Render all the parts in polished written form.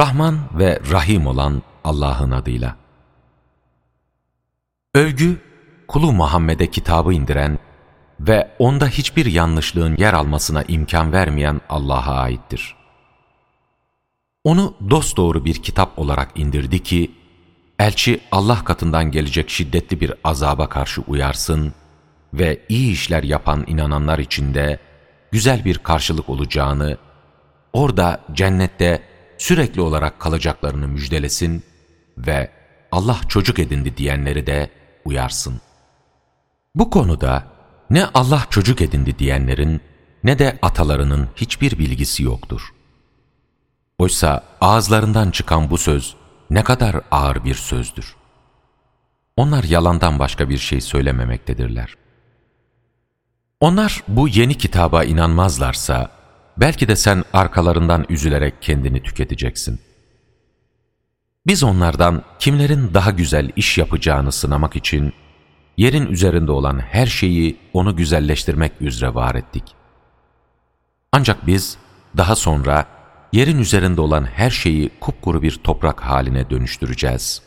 Rahman ve Rahim olan Allah'ın adıyla. Övgü, kulu Muhammed'e kitabı indiren ve onda hiçbir yanlışlığın yer almasına imkan vermeyen Allah'a aittir. Onu dosdoğru bir kitap olarak indirdi ki, elçi Allah katından gelecek şiddetli bir azaba karşı uyarsın ve iyi işler yapan inananlar için de güzel bir karşılık olacağını, orada cennette sürekli olarak kalacaklarını müjdelesin ve Allah çocuk edindi diyenleri de uyarsın. Bu konuda ne Allah çocuk edindi diyenlerin ne de atalarının hiçbir bilgisi yoktur. Oysa ağızlarından çıkan bu söz ne kadar ağır bir sözdür. Onlar yalandan başka bir şey söylememektedirler. Onlar bu yeni kitaba inanmazlarsa, belki de sen arkalarından üzülerek kendini tüketeceksin. Biz onlardan kimlerin daha güzel iş yapacağını sınamak için, yerin üzerinde olan her şeyi onu güzelleştirmek üzere var ettik. Ancak biz daha sonra yerin üzerinde olan her şeyi kupkuru bir toprak haline dönüştüreceğiz.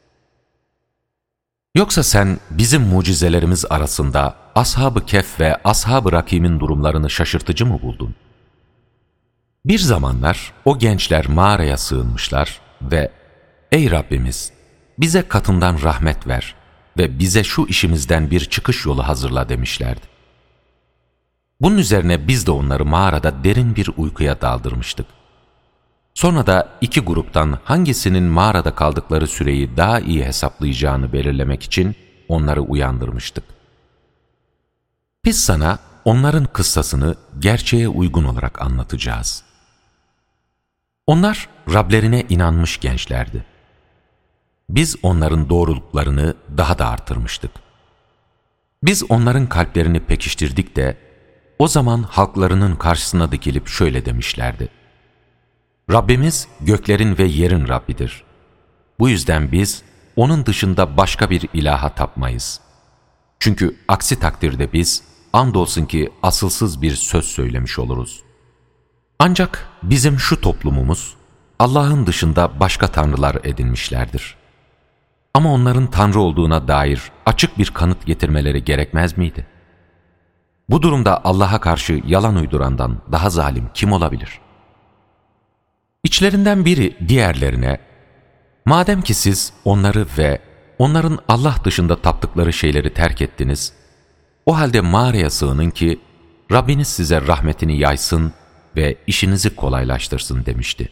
Yoksa sen bizim mucizelerimiz arasında Ashab-ı Kehf ve Ashab-ı Rakim'in durumlarını şaşırtıcı mı buldun? Bir zamanlar o gençler mağaraya sığınmışlar ve "Ey Rabbimiz, bize katından rahmet ver ve bize şu işimizden bir çıkış yolu hazırla" demişlerdi. Bunun üzerine biz de onları mağarada derin bir uykuya daldırmıştık. Sonra da iki gruptan hangisinin mağarada kaldıkları süreyi daha iyi hesaplayacağını belirlemek için onları uyandırmıştık. Biz sana onların kıssasını gerçeğe uygun olarak anlatacağız. Onlar Rablerine inanmış gençlerdi. Biz onların doğruluklarını daha da artırmıştık. Biz onların kalplerini pekiştirdik de, o zaman halklarının karşısına dikilip şöyle demişlerdi: Rabbimiz göklerin ve yerin Rabbidir. Bu yüzden biz onun dışında başka bir ilaha tapmayız. Çünkü aksi takdirde biz andolsun ki asılsız bir söz söylemiş oluruz. Ancak bizim şu toplumumuz Allah'ın dışında başka tanrılar edinmişlerdir. Ama onların tanrı olduğuna dair açık bir kanıt getirmeleri gerekmez miydi? Bu durumda Allah'a karşı yalan uydurandan daha zalim kim olabilir? İçlerinden biri diğerlerine, madem ki siz onları ve onların Allah dışında taptıkları şeyleri terk ettiniz, o halde mağaraya sığının ki Rabbiniz size rahmetini yaysın ve işinizi kolaylaştırsın demişti.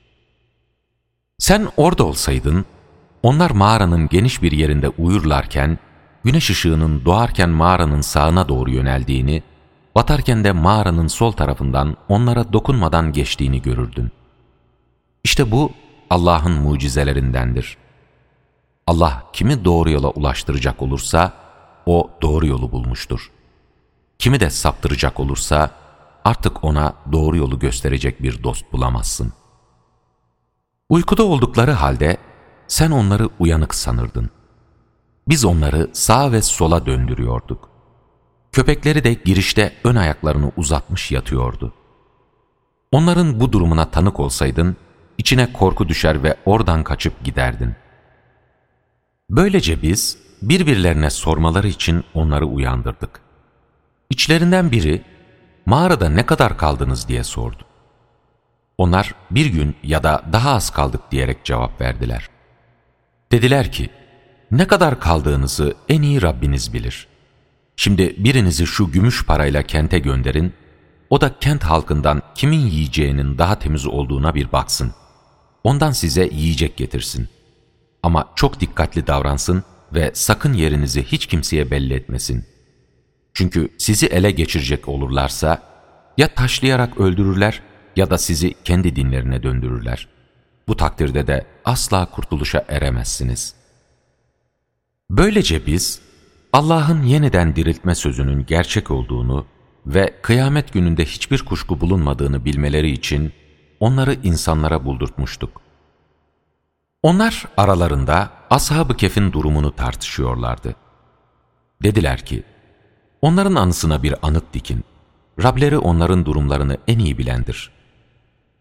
Sen orada olsaydın, onlar mağaranın geniş bir yerinde uyurlarken, güneş ışığının doğarken mağaranın sağına doğru yöneldiğini, batarken de mağaranın sol tarafından onlara dokunmadan geçtiğini görürdün. İşte bu Allah'ın mucizelerindendir. Allah kimi doğru yola ulaştıracak olursa, o doğru yolu bulmuştur. Kimi de saptıracak olursa, artık ona doğru yolu gösterecek bir dost bulamazsın. Uykuda oldukları halde, sen onları uyanık sanırdın. Biz onları sağa ve sola döndürüyorduk. Köpekleri de girişte ön ayaklarını uzatmış yatıyordu. Onların bu durumuna tanık olsaydın, içine korku düşer ve oradan kaçıp giderdin. Böylece biz birbirlerine sormaları için onları uyandırdık. İçlerinden biri, mağarada ne kadar kaldınız diye sordu. Onlar bir gün ya da daha az kaldık diyerek cevap verdiler. Dediler ki, ne kadar kaldığınızı en iyi Rabbiniz bilir. Şimdi birinizi şu gümüş parayla kente gönderin, o da kent halkından kimin yiyeceğinin daha temiz olduğuna bir baksın. Ondan size yiyecek getirsin. Ama çok dikkatli davransın ve sakın yerinizi hiç kimseye belli etmesin. Çünkü sizi ele geçirecek olurlarsa, ya taşlayarak öldürürler ya da sizi kendi dinlerine döndürürler. Bu takdirde de asla kurtuluşa eremezsiniz. Böylece biz, Allah'ın yeniden diriltme sözünün gerçek olduğunu ve kıyamet gününde hiçbir kuşku bulunmadığını bilmeleri için onları insanlara buldurtmuştuk. Onlar aralarında Ashab-ı Kehf'in durumunu tartışıyorlardı. Dediler ki, onların anısına bir anıt dikin, Rableri onların durumlarını en iyi bilendir.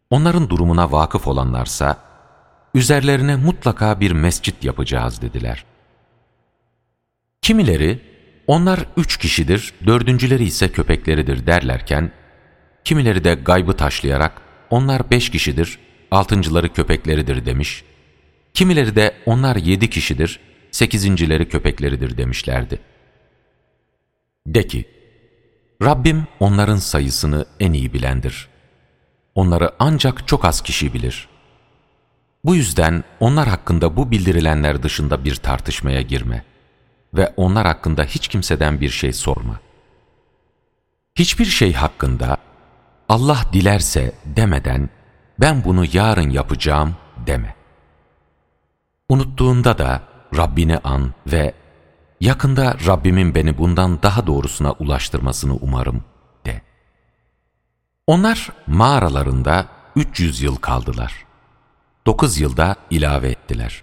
Onların durumuna vakıf olanlarsa, üzerlerine mutlaka bir mescit yapacağız dediler. Kimileri, onlar 3 kişidir, 4.'leri ise köpekleridir derlerken, kimileri de gaybı taşlayarak, onlar 5 kişidir, 6.'ları köpekleridir demiş, kimileri de onlar 7 kişidir, 8.'leri köpekleridir demişlerdi. De ki, Rabbim onların sayısını en iyi bilendir. Onları ancak çok az kişi bilir. Bu yüzden onlar hakkında bu bildirilenler dışında bir tartışmaya girme ve onlar hakkında hiç kimseden bir şey sorma. Hiçbir şey hakkında Allah dilerse demeden ben bunu yarın yapacağım deme. Unuttuğunda da Rabbini an ve yakında Rabbimin beni bundan daha doğrusuna ulaştırmasını umarım de. Onlar mağaralarında 300 yıl kaldılar. 9 yılda ilave ettiler.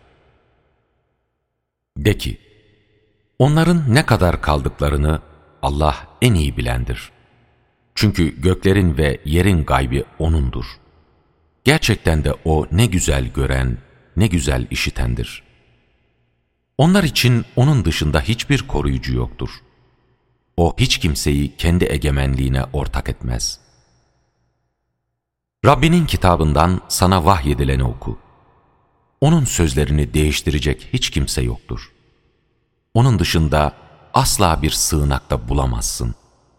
De ki, onların ne kadar kaldıklarını Allah en iyi bilendir. Çünkü göklerin ve yerin gaybi O'nundur. Gerçekten de O ne güzel gören, ne güzel işitendir. Onlar için O'nun dışında hiçbir koruyucu yoktur. O hiç kimseyi kendi egemenliğine ortak etmez. Rabbinin kitabından sana vahyedileni oku. O'nun sözlerini değiştirecek hiç kimse yoktur. O'nun dışında asla bir sığınakta bulamazsın.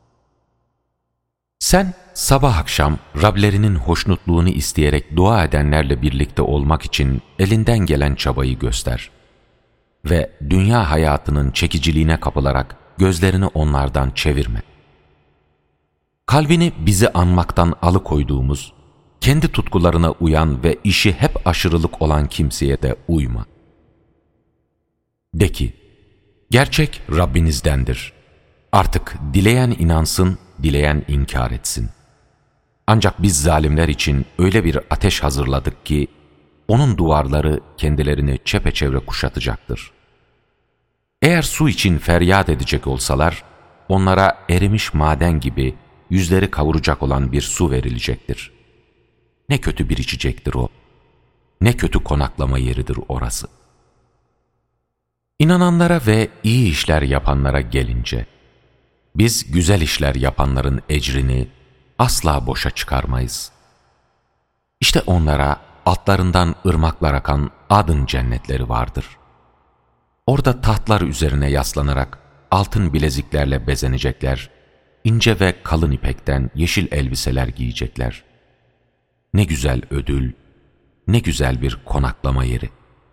Sen sabah akşam Rablerinin hoşnutluğunu isteyerek dua edenlerle birlikte olmak için elinden gelen çabayı göster. Ve dünya hayatının çekiciliğine kapılarak gözlerini onlardan çevirme. Kalbini bizi anmaktan alıkoyduğumuz, kendi tutkularına uyan ve işi hep aşırılık olan kimseye de uyma. De ki, gerçek Rabbinizdendir. Artık dileyen inansın, dileyen inkar etsin. Ancak biz zalimler için öyle bir ateş hazırladık ki, onun duvarları kendilerini çepeçevre kuşatacaktır. Eğer su için feryat edecek olsalar, onlara erimiş maden gibi yüzleri kavuracak olan bir su verilecektir. Ne kötü bir içecektir o, ne kötü konaklama yeridir orası. İnananlara ve iyi işler yapanlara gelince, biz güzel işler yapanların ecrini asla boşa çıkarmayız. İşte onlara altlarından ırmaklar akan adın cennetleri vardır. Orada tahtlar üzerine yaslanarak altın bileziklerle bezenecekler, ince ve kalın ipekten yeşil elbiseler giyecekler. Ne güzel ödül, ne güzel bir konaklama yeri.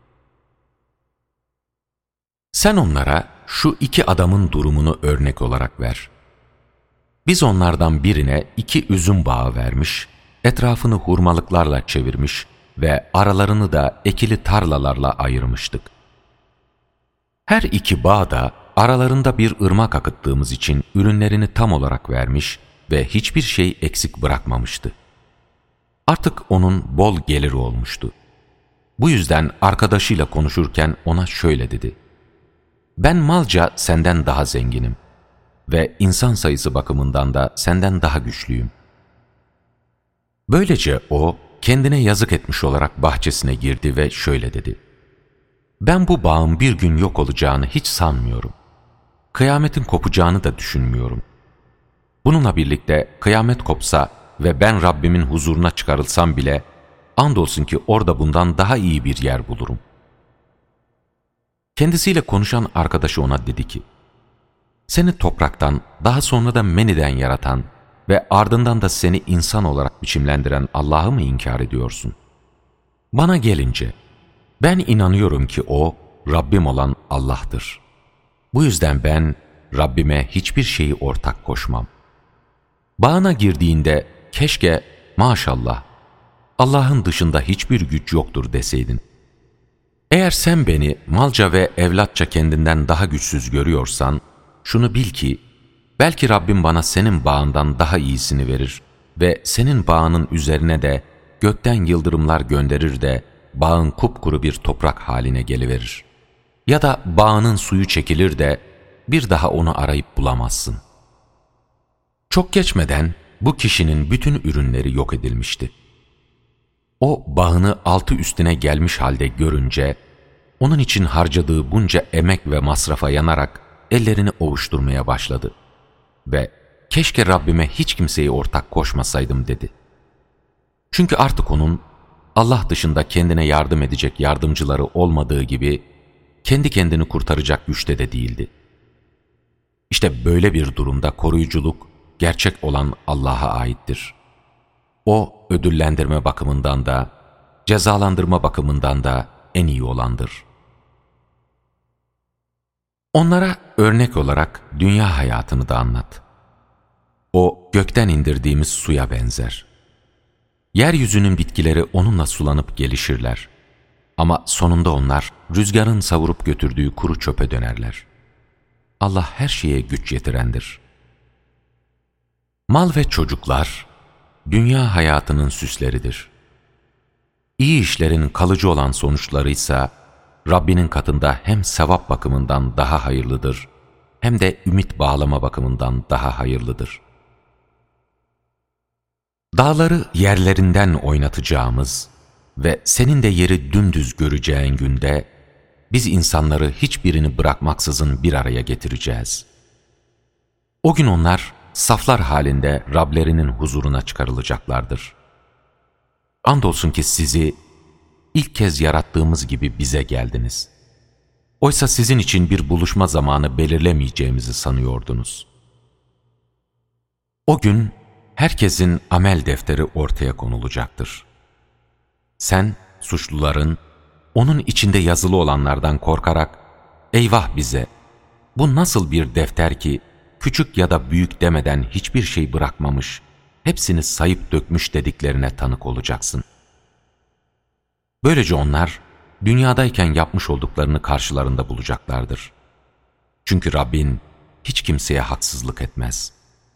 Sen onlara şu 2 adamın durumunu örnek olarak ver. Biz onlardan birine 2 üzüm bağı vermiş, etrafını hurmalıklarla çevirmiş ve aralarını da ekili tarlalarla ayırmıştık. Her 2 bağ da aralarında bir ırmak akıttığımız için ürünlerini tam olarak vermiş ve hiçbir şey eksik bırakmamıştı. Artık onun bol geliri olmuştu. Bu yüzden arkadaşıyla konuşurken ona şöyle dedi: ben malca senden daha zenginim ve insan sayısı bakımından da senden daha güçlüyüm. Böylece o kendine yazık etmiş olarak bahçesine girdi ve şöyle dedi: ben bu bağın bir gün yok olacağını hiç sanmıyorum. Kıyametin kopacağını da düşünmüyorum. Bununla birlikte kıyamet kopsa ve ben Rabbimin huzuruna çıkarılsam bile, andolsun ki orada bundan daha iyi bir yer bulurum. Kendisiyle konuşan arkadaşı ona dedi ki, seni topraktan, daha sonra da meniden yaratan ve ardından da seni insan olarak biçimlendiren Allah'ı mı inkar ediyorsun? Bana gelince, ben inanıyorum ki O, Rabbim olan Allah'tır. Bu yüzden ben Rabbime hiçbir şeyi ortak koşmam. Bağına girdiğinde keşke maşallah Allah'ın dışında hiçbir güç yoktur deseydin. Eğer sen beni malca ve evlatça kendinden daha güçsüz görüyorsan, şunu bil ki belki Rabbim bana senin bağından daha iyisini verir ve senin bağının üzerine de gökten yıldırımlar gönderir de bağın kupkuru bir toprak haline geliverir. Ya da bağının suyu çekilir de bir daha onu arayıp bulamazsın. Çok geçmeden bu kişinin bütün ürünleri yok edilmişti. O bağını altı üstüne gelmiş halde görünce, onun için harcadığı bunca emek ve masrafa yanarak ellerini ovuşturmaya başladı. Ve keşke Rabbime hiç kimseyi ortak koşmasaydım dedi. Çünkü artık onun Allah dışında kendine yardım edecek yardımcıları olmadığı gibi kendi kendini kurtaracak güçte de değildi. İşte böyle bir durumda koruyuculuk gerçek olan Allah'a aittir. O ödüllendirme bakımından da, cezalandırma bakımından da en iyi olandır. Onlara örnek olarak dünya hayatını da anlat. O gökten indirdiğimiz suya benzer. Yeryüzünün bitkileri onunla sulanıp gelişirler. Ama sonunda onlar rüzgarın savurup götürdüğü kuru çöpe dönerler. Allah her şeye güç yetirendir. Mal ve çocuklar, dünya hayatının süsleridir. İyi işlerin kalıcı olan sonuçları ise Rabbinin katında hem sevap bakımından daha hayırlıdır, hem de ümit bağlama bakımından daha hayırlıdır. Dağları yerlerinden oynatacağımız ve senin de yeri dümdüz göreceğin günde, biz insanları hiçbirini bırakmaksızın bir araya getireceğiz. O gün onlar saflar halinde Rablerinin huzuruna çıkarılacaklardır. Andolsun ki sizi ilk kez yarattığımız gibi bize geldiniz. Oysa sizin için bir buluşma zamanı belirlemeyeceğimizi sanıyordunuz. O gün herkesin amel defteri ortaya konulacaktır. Sen suçluların, onun içinde yazılı olanlardan korkarak, eyvah bize, bu nasıl bir defter ki küçük ya da büyük demeden hiçbir şey bırakmamış, hepsini sayıp dökmüş dediklerine tanık olacaksın. Böylece onlar, dünyadayken yapmış olduklarını karşılarında bulacaklardır. Çünkü Rabbin hiç kimseye haksızlık etmez.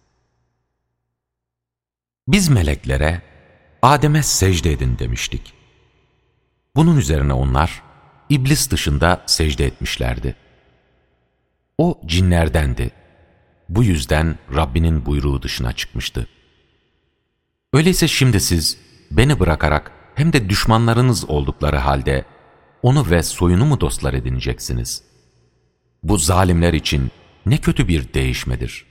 Biz meleklere, Adem'e secde edin demiştik. Bunun üzerine onlar, iblis dışında secde etmişlerdi. O cinlerdendi. Bu yüzden Rabbinin buyruğu dışına çıkmıştı. Öyleyse şimdi siz beni bırakarak hem de düşmanlarınız oldukları halde onu ve soyunu mu dostlar edineceksiniz? Bu zalimler için ne kötü bir değişmedir.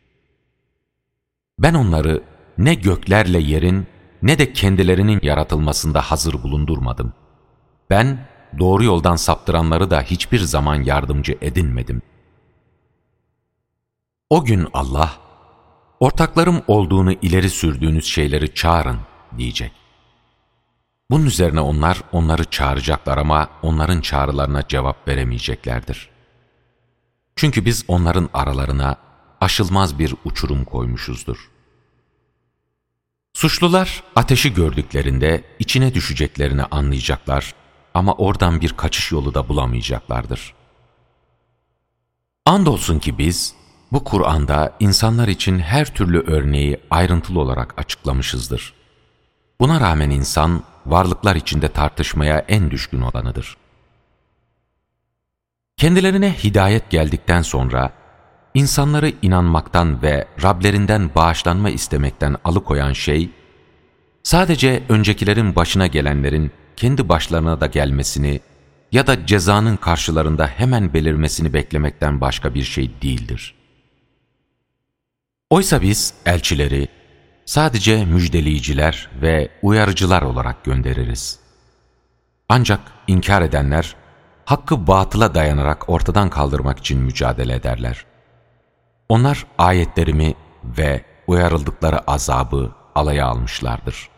Ben onları ne göklerle yerin ne de kendilerinin yaratılmasında hazır bulundurmadım. Ben doğru yoldan saptıranları da hiçbir zaman yardımcı edinmedim. O gün Allah, ortaklarım olduğunu ileri sürdüğünüz şeyleri çağırın diyecek. Bunun üzerine onlar onları çağıracaklar ama onların çağrılarına cevap veremeyeceklerdir. Çünkü biz onların aralarına aşılmaz bir uçurum koymuşuzdur. Suçlular ateşi gördüklerinde içine düşeceklerini anlayacaklar ama oradan bir kaçış yolu da bulamayacaklardır. Andolsun ki biz bu Kur'an'da insanlar için her türlü örneği ayrıntılı olarak açıklamışızdır. Buna rağmen insan varlıklar içinde tartışmaya en düşkün olanıdır. Kendilerine hidayet geldikten sonra insanları inanmaktan ve Rablerinden bağışlanma istemekten alıkoyan şey, sadece öncekilerin başına gelenlerin kendi başlarına da gelmesini ya da cezanın karşılarında hemen belirmesini beklemekten başka bir şey değildir. Oysa biz elçileri sadece müjdeleyiciler ve uyarıcılar olarak göndeririz. Ancak inkar edenler, hakkı batıla dayanarak ortadan kaldırmak için mücadele ederler. Onlar ayetlerimi ve uyarıldıkları azabı alaya almışlardır.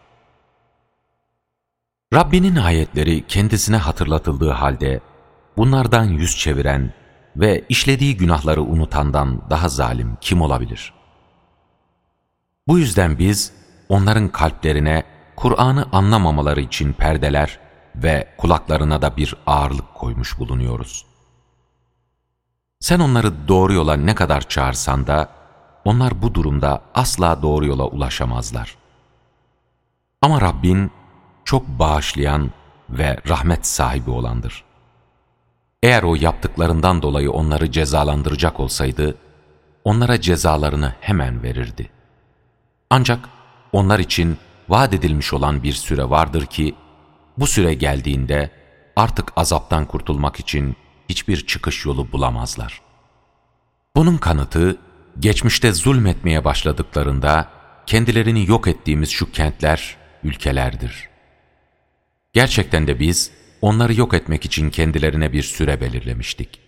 Rabbinin ayetleri kendisine hatırlatıldığı halde, bunlardan yüz çeviren ve işlediği günahları unutandan daha zalim kim olabilir? Bu yüzden biz onların kalplerine Kur'an'ı anlamamaları için perdeler ve kulaklarına da bir ağırlık koymuş bulunuyoruz. Sen onları doğru yola ne kadar çağırsan da onlar bu durumda asla doğru yola ulaşamazlar. Ama Rabbin çok bağışlayan ve rahmet sahibi olandır. Eğer o yaptıklarından dolayı onları cezalandıracak olsaydı, onlara cezalarını hemen verirdi. Ancak onlar için vaat edilmiş olan bir süre vardır ki, bu süre geldiğinde artık azaptan kurtulmak için hiçbir çıkış yolu bulamazlar. Bunun kanıtı, geçmişte zulmetmeye başladıklarında kendilerini yok ettiğimiz şu kentler, ülkelerdir. Gerçekten de biz onları yok etmek için kendilerine bir süre belirlemiştik.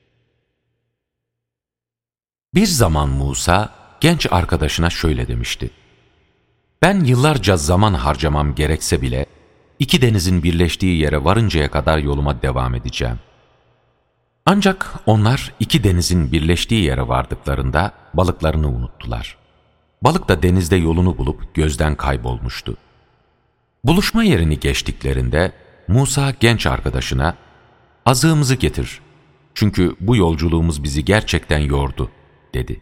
Bir zaman Musa, genç arkadaşına şöyle demişti: "Ben yıllarca zaman harcamam gerekse bile, iki denizin birleştiği yere varıncaya kadar yoluma devam edeceğim." Ancak onlar iki denizin birleştiği yere vardıklarında balıklarını unuttular. Balık da denizde yolunu bulup gözden kaybolmuştu. Buluşma yerini geçtiklerinde Musa genç arkadaşına, "Azığımızı getir, çünkü bu yolculuğumuz bizi gerçekten yordu," dedi.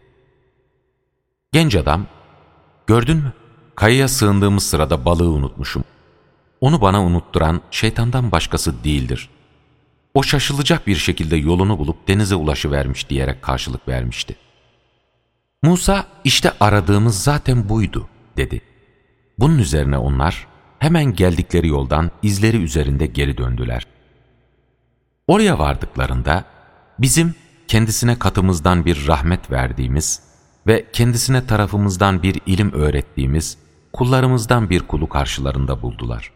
Genç adam, "Gördün mü? Kayaya sığındığımız sırada balığı unutmuşum. Onu bana unutturan şeytandan başkası değildir. O şaşılacak bir şekilde yolunu bulup denize ulaşıvermiş," diyerek karşılık vermişti. Musa, "İşte aradığımız zaten buydu," dedi. Bunun üzerine onlar hemen geldikleri yoldan izleri üzerinde geri döndüler. Oraya vardıklarında bizim kendisine katımızdan bir rahmet verdiğimiz ve kendisine tarafımızdan bir ilim öğrettiğimiz kullarımızdan bir kulu karşılarında buldular.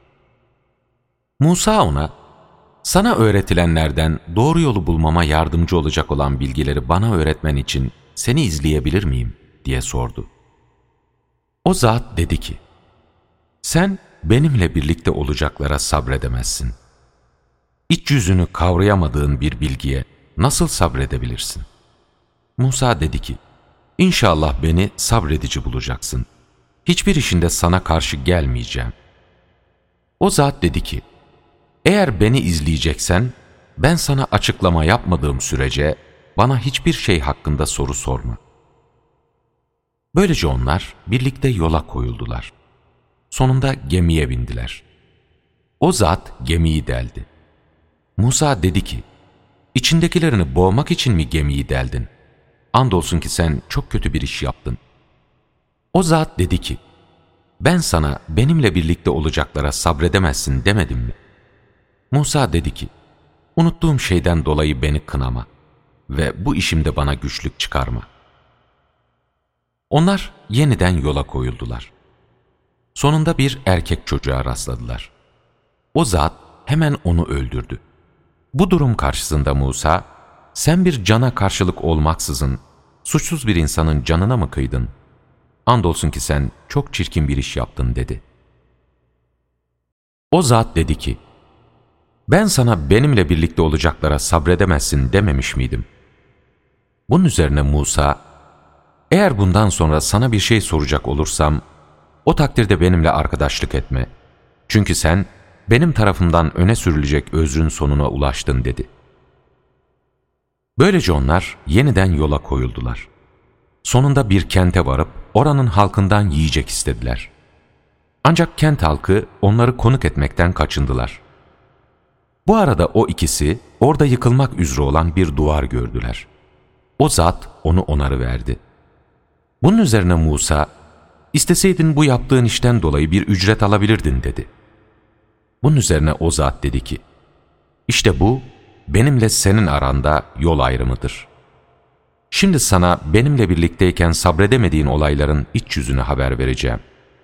Musa ona, "Sana öğretilenlerden doğru yolu bulmama yardımcı olacak olan bilgileri bana öğretmen için seni izleyebilir miyim?" diye sordu. O zat dedi ki, "Sen benimle birlikte olacaklara sabredemezsin. İç yüzünü kavrayamadığın bir bilgiye nasıl sabredebilirsin?" Musa dedi ki, "İnşallah beni sabredici bulacaksın. Hiçbir işinde sana karşı gelmeyeceğim." O zat dedi ki, "Eğer beni izleyeceksen, ben sana açıklama yapmadığım sürece bana hiçbir şey hakkında soru sorma." Böylece onlar birlikte yola koyuldular. Sonunda gemiye bindiler. O zat gemiyi deldi. Musa dedi ki, "İçindekilerini boğmak için mi gemiyi deldin? Andolsun ki sen çok kötü bir iş yaptın." O zat dedi ki, "Ben sana benimle birlikte olacaklara sabredemezsin demedim mi?" Musa dedi ki, "Unuttuğum şeyden dolayı beni kınama ve bu işimde bana güçlük çıkarma." Onlar yeniden yola koyuldular. Sonunda bir erkek çocuğa rastladılar. O zat hemen onu öldürdü. Bu durum karşısında Musa, "Sen bir cana karşılık olmaksızın suçsuz bir insanın canına mı kıydın? Andolsun ki sen çok çirkin bir iş yaptın," dedi. O zat dedi ki, "Ben sana benimle birlikte olacaklara sabredemezsin dememiş miydim?" Bunun üzerine Musa, "Eğer bundan sonra sana bir şey soracak olursam, o takdirde benimle arkadaşlık etme. Çünkü sen benim tarafımdan öne sürülecek özrün sonuna ulaştın," dedi. Böylece onlar yeniden yola koyuldular. Sonunda bir kente varıp oranın halkından yiyecek istediler. Ancak kent halkı onları konuk etmekten kaçındılar. Bu arada o ikisi orada yıkılmak üzere olan bir duvar gördüler. O zat onu onarıverdi. Bunun üzerine Musa, "İsteseydin bu yaptığın işten dolayı bir ücret alabilirdin," dedi. Bunun üzerine o zat dedi ki, "İşte bu benimle senin aranda yol ayrımıdır. Şimdi sana benimle birlikteyken sabredemediğin olayların iç yüzünü haber vereceğim."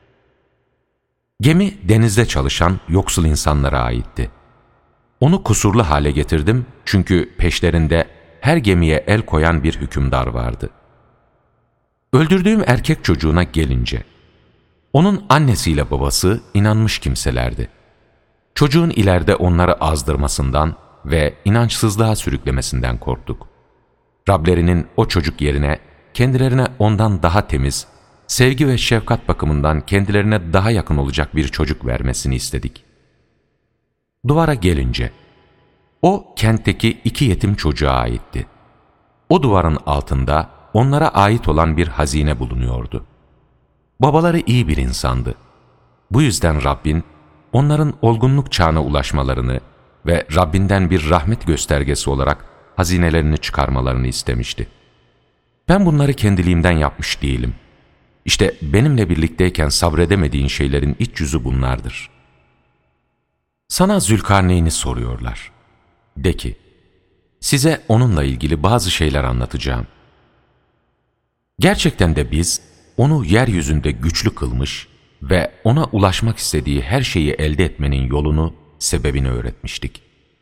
Gemi denizde çalışan yoksul insanlara aitti. Onu kusurlu hale getirdim çünkü peşlerinde her gemiye el koyan bir hükümdar vardı. Öldürdüğüm erkek çocuğuna gelince, onun annesiyle babası inanmış kimselerdi. Çocuğun ileride onları azdırmasından ve inançsızlığa sürüklemesinden korktuk. Rablerinin o çocuk yerine kendilerine ondan daha temiz, sevgi ve şefkat bakımından kendilerine daha yakın olacak bir çocuk vermesini istedik. Duvara gelince, o kentteki iki yetim çocuğa aitti. O duvarın altında onlara ait olan bir hazine bulunuyordu. Babaları iyi bir insandı. Bu yüzden Rabbin onların olgunluk çağına ulaşmalarını ve Rabbinden bir rahmet göstergesi olarak hazinelerini çıkarmalarını istemişti. Ben bunları kendiliğimden yapmış değilim. İşte benimle birlikteyken sabredemediğin şeylerin iç yüzü bunlardır. Sana Zülkarneyn'i soruyorlar. De ki, size onunla ilgili bazı şeyler anlatacağım. Gerçekten de biz onu yeryüzünde güçlü kılmış ve ona ulaşmak istediği her şeyi elde etmenin yolunu, sebebini öğretmiştik.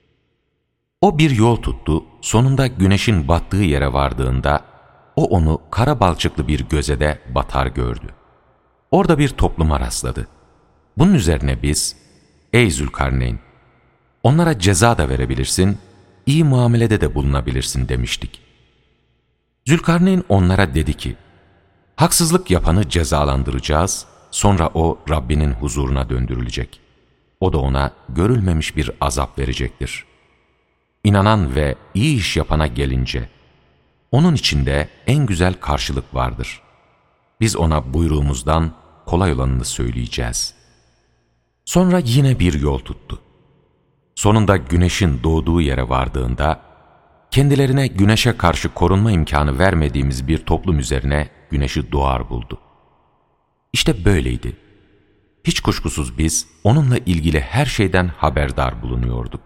O bir yol tuttu, sonunda güneşin battığı yere vardığında, o onu kara balçıklı bir gözede batar gördü. Orada bir topluma rastladı. Bunun üzerine biz, ey Zülkarneyn, onlara ceza da verebilirsin, iyi muamelede de bulunabilirsin demiştik. Zülkarneyn onlara dedi ki, haksızlık yapanı cezalandıracağız, sonra o Rabbinin huzuruna döndürülecek. O da ona görülmemiş bir azap verecektir. İnanan ve iyi iş yapana gelince, onun içinde en güzel karşılık vardır. Biz ona buyruğumuzdan kolay olanını söyleyeceğiz. Sonra yine bir yol tuttu. Sonunda güneşin doğduğu yere vardığında, kendilerine güneşe karşı korunma imkanı vermediğimiz bir toplum üzerine güneşi doğar buldu. İşte böyleydi. Hiç kuşkusuz biz onunla ilgili her şeyden haberdar bulunuyorduk.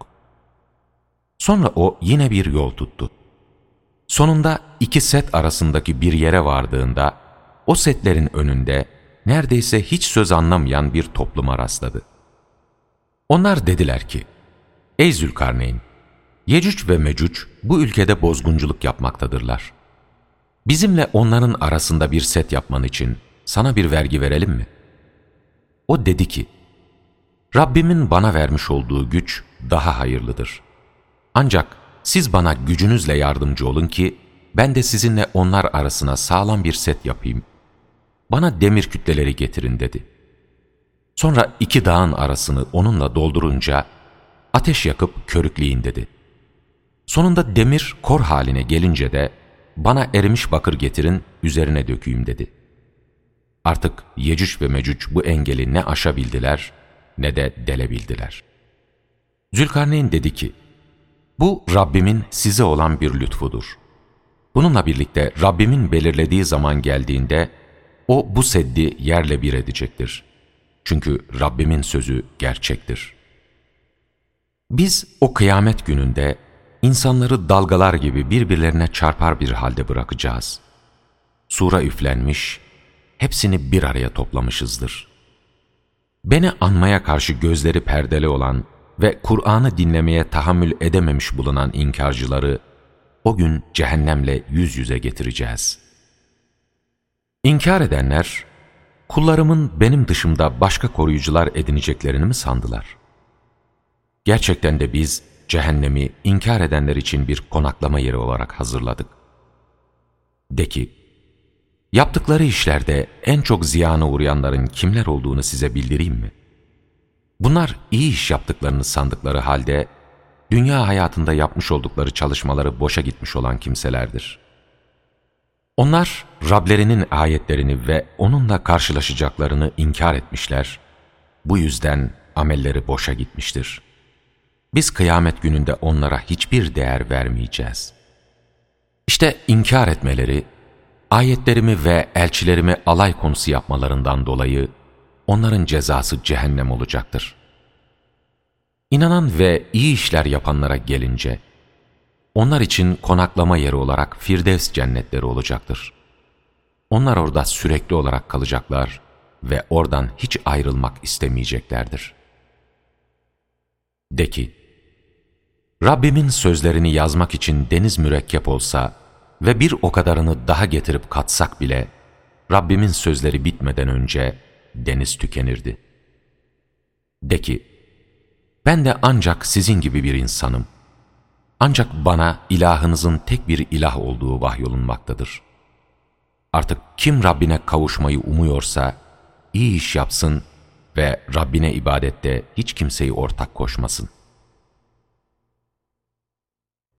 Sonra o yine bir yol tuttu. Sonunda iki set arasındaki bir yere vardığında, o setlerin önünde neredeyse hiç söz anlamayan bir topluma rastladı. Onlar dediler ki, ey Zülkarneyn, Yecüc ve Mecüc bu ülkede bozgunculuk yapmaktadırlar. Bizimle onların arasında bir set yapman için sana bir vergi verelim mi? O dedi ki, Rabbimin bana vermiş olduğu güç daha hayırlıdır. Ancak siz bana gücünüzle yardımcı olun ki ben de sizinle onlar arasına sağlam bir set yapayım. Bana demir kütleleri getirin dedi. Sonra iki dağın arasını onunla doldurunca ateş yakıp körükleyin dedi. Sonunda demir kor haline gelince de bana erimiş bakır getirin üzerine dökeyim dedi. Artık Yecüc ve Mecüc bu engeli ne aşabildiler ne de delebildiler. Zülkarneyn dedi ki, bu Rabbimin size olan bir lütfudur. Bununla birlikte Rabbimin belirlediği zaman geldiğinde o bu seddi yerle bir edecektir. Çünkü Rabbimin sözü gerçektir. Biz o kıyamet gününde insanları dalgalar gibi birbirlerine çarpar bir halde bırakacağız. Sura üflenmiş, hepsini bir araya toplamışızdır. Beni anmaya karşı gözleri perdeli olan ve Kur'an'ı dinlemeye tahammül edememiş bulunan inkarcıları o gün cehennemle yüz yüze getireceğiz. İnkar edenler, kullarımın benim dışımda başka koruyucular edineceklerini mi sandılar? Gerçekten de biz cehennemi inkar edenler için bir konaklama yeri olarak hazırladık. De ki, yaptıkları işlerde en çok ziyana uğrayanların kimler olduğunu size bildireyim mi? Bunlar iyi iş yaptıklarını sandıkları halde, dünya hayatında yapmış oldukları çalışmaları boşa gitmiş olan kimselerdir. Onlar, Rablerinin ayetlerini ve onunla karşılaşacaklarını inkar etmişler. Bu yüzden amelleri boşa gitmiştir. Biz kıyamet gününde onlara hiçbir değer vermeyeceğiz. İşte inkar etmeleri, ayetlerimi ve elçilerimi alay konusu yapmalarından dolayı onların cezası cehennem olacaktır. İnanan ve iyi işler yapanlara gelince, onlar için konaklama yeri olarak Firdevs cennetleri olacaktır. Onlar orada sürekli olarak kalacaklar ve oradan hiç ayrılmak istemeyeceklerdir. De ki, Rabbimin sözlerini yazmak için deniz mürekkep olsa ve bir o kadarını daha getirip katsak bile, Rabbimin sözleri bitmeden önce deniz tükenirdi. De ki, ben de ancak sizin gibi bir insanım. Ancak bana ilahınızın tek bir ilah olduğu vahyolunmaktadır. Artık kim Rabbine kavuşmayı umuyorsa, iyi iş yapsın ve Rabbine ibadette hiç kimseyi ortak koşmasın.